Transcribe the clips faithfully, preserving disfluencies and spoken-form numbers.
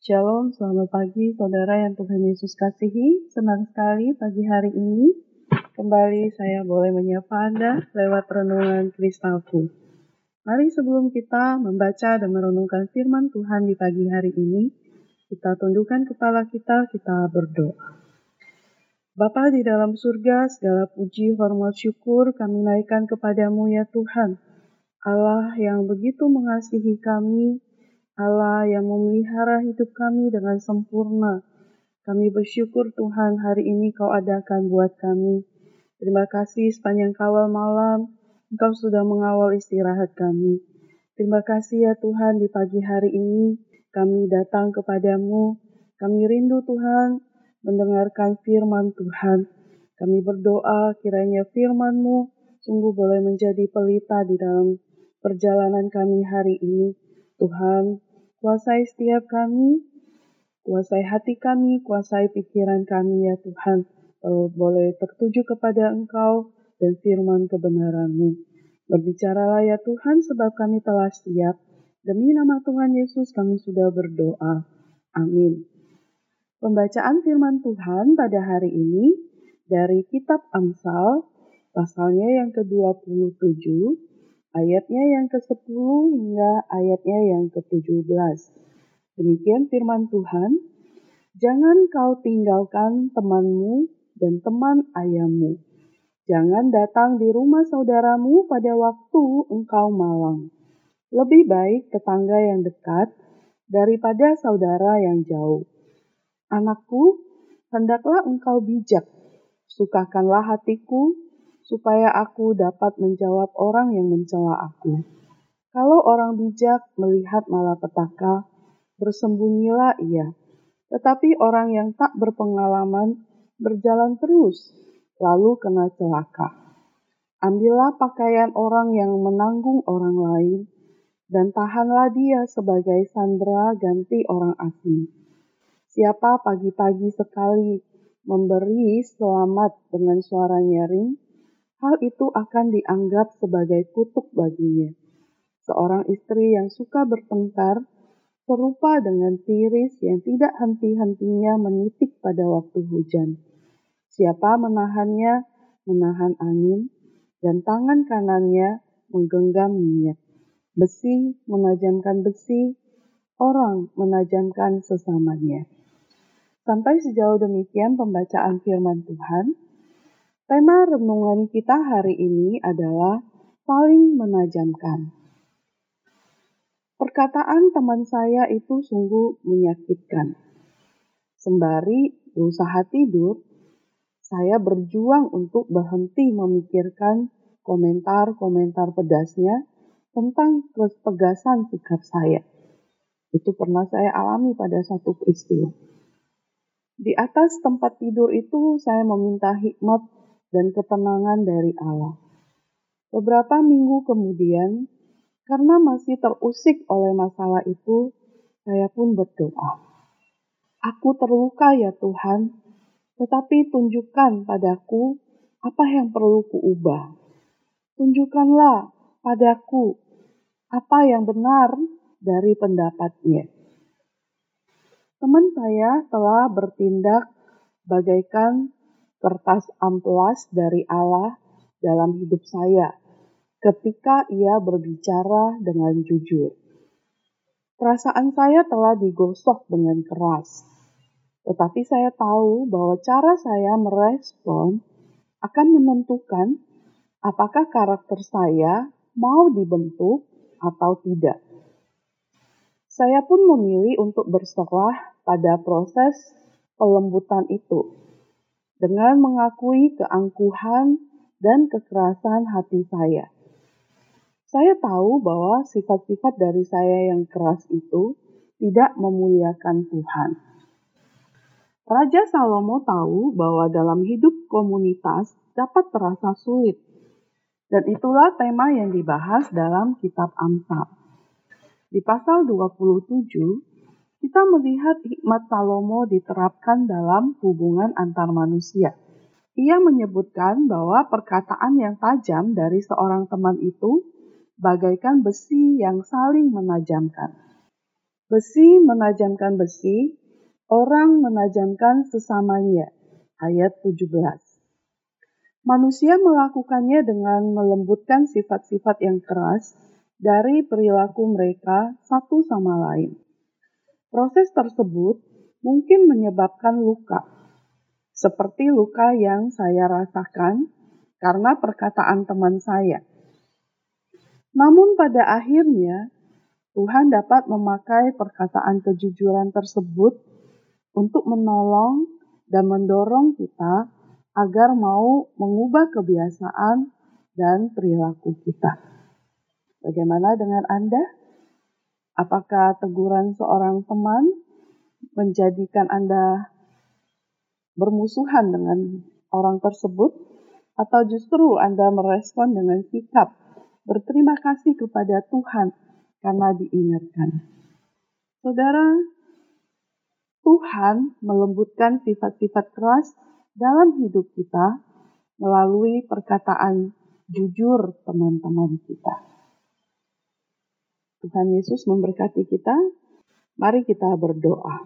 Shalom, selamat pagi saudara yang Tuhan Yesus kasihi. Senang sekali pagi hari ini kembali saya boleh menyapa Anda lewat renungan kristalku. Mari sebelum kita membaca dan merenungkan firman Tuhan di pagi hari ini, kita tundukkan kepala kita, kita berdoa. Bapa di dalam surga, segala puji, hormat, syukur kami naikkan kepadamu ya Tuhan. Allah yang begitu mengasihi kami, Allah yang memelihara hidup kami dengan sempurna. Kami bersyukur Tuhan hari ini Kau adakan buat kami. Terima kasih sepanjang kawal malam, Engkau sudah mengawal istirahat kami. Terima kasih ya Tuhan di pagi hari ini kami datang kepadamu. Kami rindu Tuhan mendengarkan firman Tuhan. Kami berdoa kiranya firman-Mu sungguh boleh menjadi pelita di dalam perjalanan kami hari ini. Tuhan, kuasai setiap kami, kuasai hati kami, kuasai pikiran kami ya Tuhan. Kalau boleh tertuju kepada Engkau dan firman kebenaran-Mu. Berbicaralah ya Tuhan sebab kami telah siap. Demi nama Tuhan Yesus kami sudah berdoa. Amin. Pembacaan firman Tuhan pada hari ini dari kitab Amsal, pasalnya yang ke dua puluh tujuh, ayatnya yang ke sepuluh hingga ayatnya yang ke tujuh belas. Demikian firman Tuhan, jangan kau tinggalkan temanmu dan teman ayahmu. Jangan datang di rumah saudaramu pada waktu engkau malang. Lebih baik tetangga yang dekat daripada saudara yang jauh. Anakku, hendaklah engkau bijak. Sukakanlah hatiku, supaya aku dapat menjawab orang yang mencela aku. Kalau orang bijak melihat malapetaka, bersembunyilah ia. Tetapi orang yang tak berpengalaman berjalan terus, lalu kena celaka. Ambillah pakaian orang yang menanggung orang lain, dan tahanlah dia sebagai sandera ganti orang asing. Siapa pagi-pagi sekali memberi selamat dengan suara nyaring, hal itu akan dianggap sebagai kutuk baginya. Seorang istri yang suka bertengkar serupa dengan tiris yang tidak henti-hentinya menitik pada waktu hujan. Siapa menahannya, menahan angin, dan tangan kanannya menggenggam minyak. Besi menajamkan besi, orang menajamkan sesamanya. Sampai sejauh demikian pembacaan firman Tuhan. Tema renungan kita hari ini adalah saling menajamkan. Perkataan teman saya itu sungguh menyakitkan. Sembari berusaha tidur, saya berjuang untuk berhenti memikirkan komentar-komentar pedasnya tentang ketegasan sikap saya. Itu pernah saya alami pada satu peristiwa. Di atas tempat tidur itu saya meminta hikmat dan ketenangan dari Allah. Beberapa minggu kemudian, karena masih terusik oleh masalah itu, saya pun berdoa. Aku terluka ya Tuhan, tetapi tunjukkan padaku apa yang perlu kuubah. Tunjukkanlah padaku apa yang benar dari pendapatnya. Teman saya telah bertindak bagaikan kertas amplas dari Allah dalam hidup saya ketika ia berbicara dengan jujur. Perasaan saya telah digosok dengan keras, tetapi saya tahu bahwa cara saya merespon akan menentukan apakah karakter saya mau dibentuk atau tidak. Saya pun memilih untuk berserah pada proses pelembutan itu, dengan mengakui keangkuhan dan kekerasan hati saya. Saya tahu bahwa sifat-sifat dari saya yang keras itu tidak memuliakan Tuhan. Raja Salomo tahu bahwa dalam hidup komunitas dapat terasa sulit, dan itulah tema yang dibahas dalam kitab Amsal. Di pasal dua puluh tujuh, kita melihat hikmat Salomo diterapkan dalam hubungan antar manusia. Ia menyebutkan bahwa perkataan yang tajam dari seorang teman itu bagaikan besi yang saling menajamkan. Besi menajamkan besi, orang menajamkan sesamanya. Ayat tujuh belas. Manusia melakukannya dengan melembutkan sifat-sifat yang keras dari perilaku mereka satu sama lain. Proses tersebut mungkin menyebabkan luka, seperti luka yang saya rasakan karena perkataan teman saya. Namun pada akhirnya, Tuhan dapat memakai perkataan kejujuran tersebut untuk menolong dan mendorong kita agar mau mengubah kebiasaan dan perilaku kita. Bagaimana dengan Anda? Apakah teguran seorang teman menjadikan Anda bermusuhan dengan orang tersebut? Atau justru Anda merespon dengan sikap berterima kasih kepada Tuhan karena diingatkan? Saudara, Tuhan melembutkan sifat-sifat keras dalam hidup kita melalui perkataan jujur teman-teman kita. Tuhan Yesus memberkati kita. Mari kita berdoa.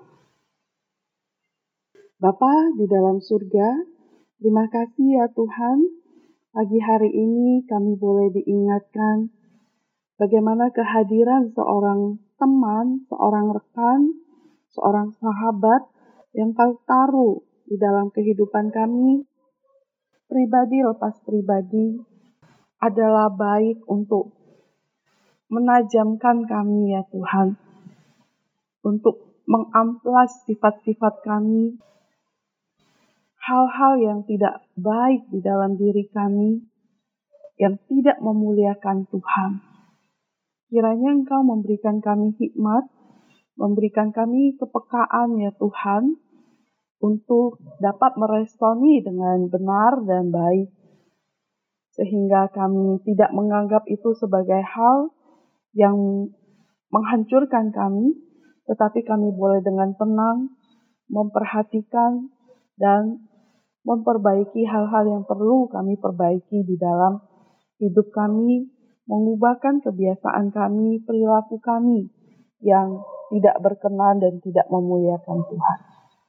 Bapa di dalam surga, terima kasih ya Tuhan, pagi hari ini kami boleh diingatkan bagaimana kehadiran seorang teman, seorang rekan, seorang sahabat yang Kau taruh di dalam kehidupan kami, pribadi lepas pribadi, adalah baik untuk menajamkan kami ya Tuhan, untuk mengamplas sifat-sifat kami, hal-hal yang tidak baik di dalam diri kami, yang tidak memuliakan Tuhan. Kiranya Engkau memberikan kami hikmat, memberikan kami kepekaan ya Tuhan, untuk dapat meresponi dengan benar dan baik, sehingga kami tidak menganggap itu sebagai hal yang menghancurkan kami, tetapi kami boleh dengan tenang memperhatikan dan memperbaiki hal-hal yang perlu kami perbaiki di dalam hidup kami, mengubahkan kebiasaan kami, perilaku kami yang tidak berkenan dan tidak memuliakan Tuhan.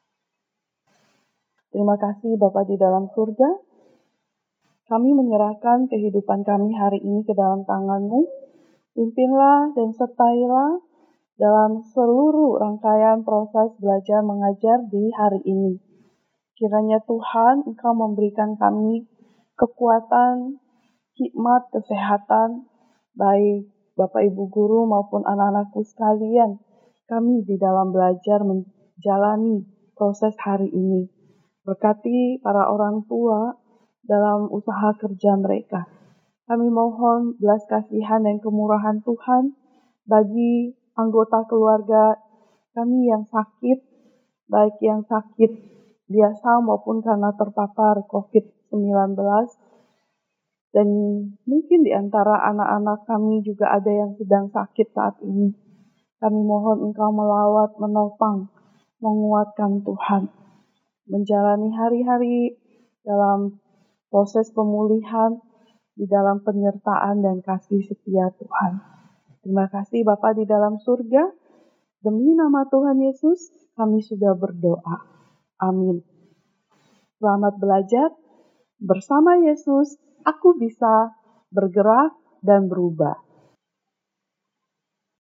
Terima kasih Bapa di dalam surga. Kami menyerahkan kehidupan kami hari ini ke dalam tangan-Mu. Pimpinlah dan sertailah dalam seluruh rangkaian proses belajar mengajar di hari ini. Kiranya Tuhan Engkau memberikan kami kekuatan, hikmat, kesehatan, baik Bapak Ibu Guru maupun anak-anakku sekalian, kami di dalam belajar menjalani proses hari ini. Berkati para orang tua dalam usaha kerja mereka. Kami mohon belas kasihan dan kemurahan Tuhan bagi anggota keluarga kami yang sakit, baik yang sakit biasa maupun karena terpapar covid sembilan belas. Dan mungkin di antara anak-anak kami juga ada yang sedang sakit saat ini. Kami mohon Engkau melawat, menopang, menguatkan Tuhan. Menjalani hari-hari dalam proses pemulihan, di dalam penyertaan dan kasih setia Tuhan. Terima kasih Bapa di dalam surga. Demi nama Tuhan Yesus, kami sudah berdoa. Amin. Selamat belajar. Bersama Yesus, aku bisa bergerak dan berubah.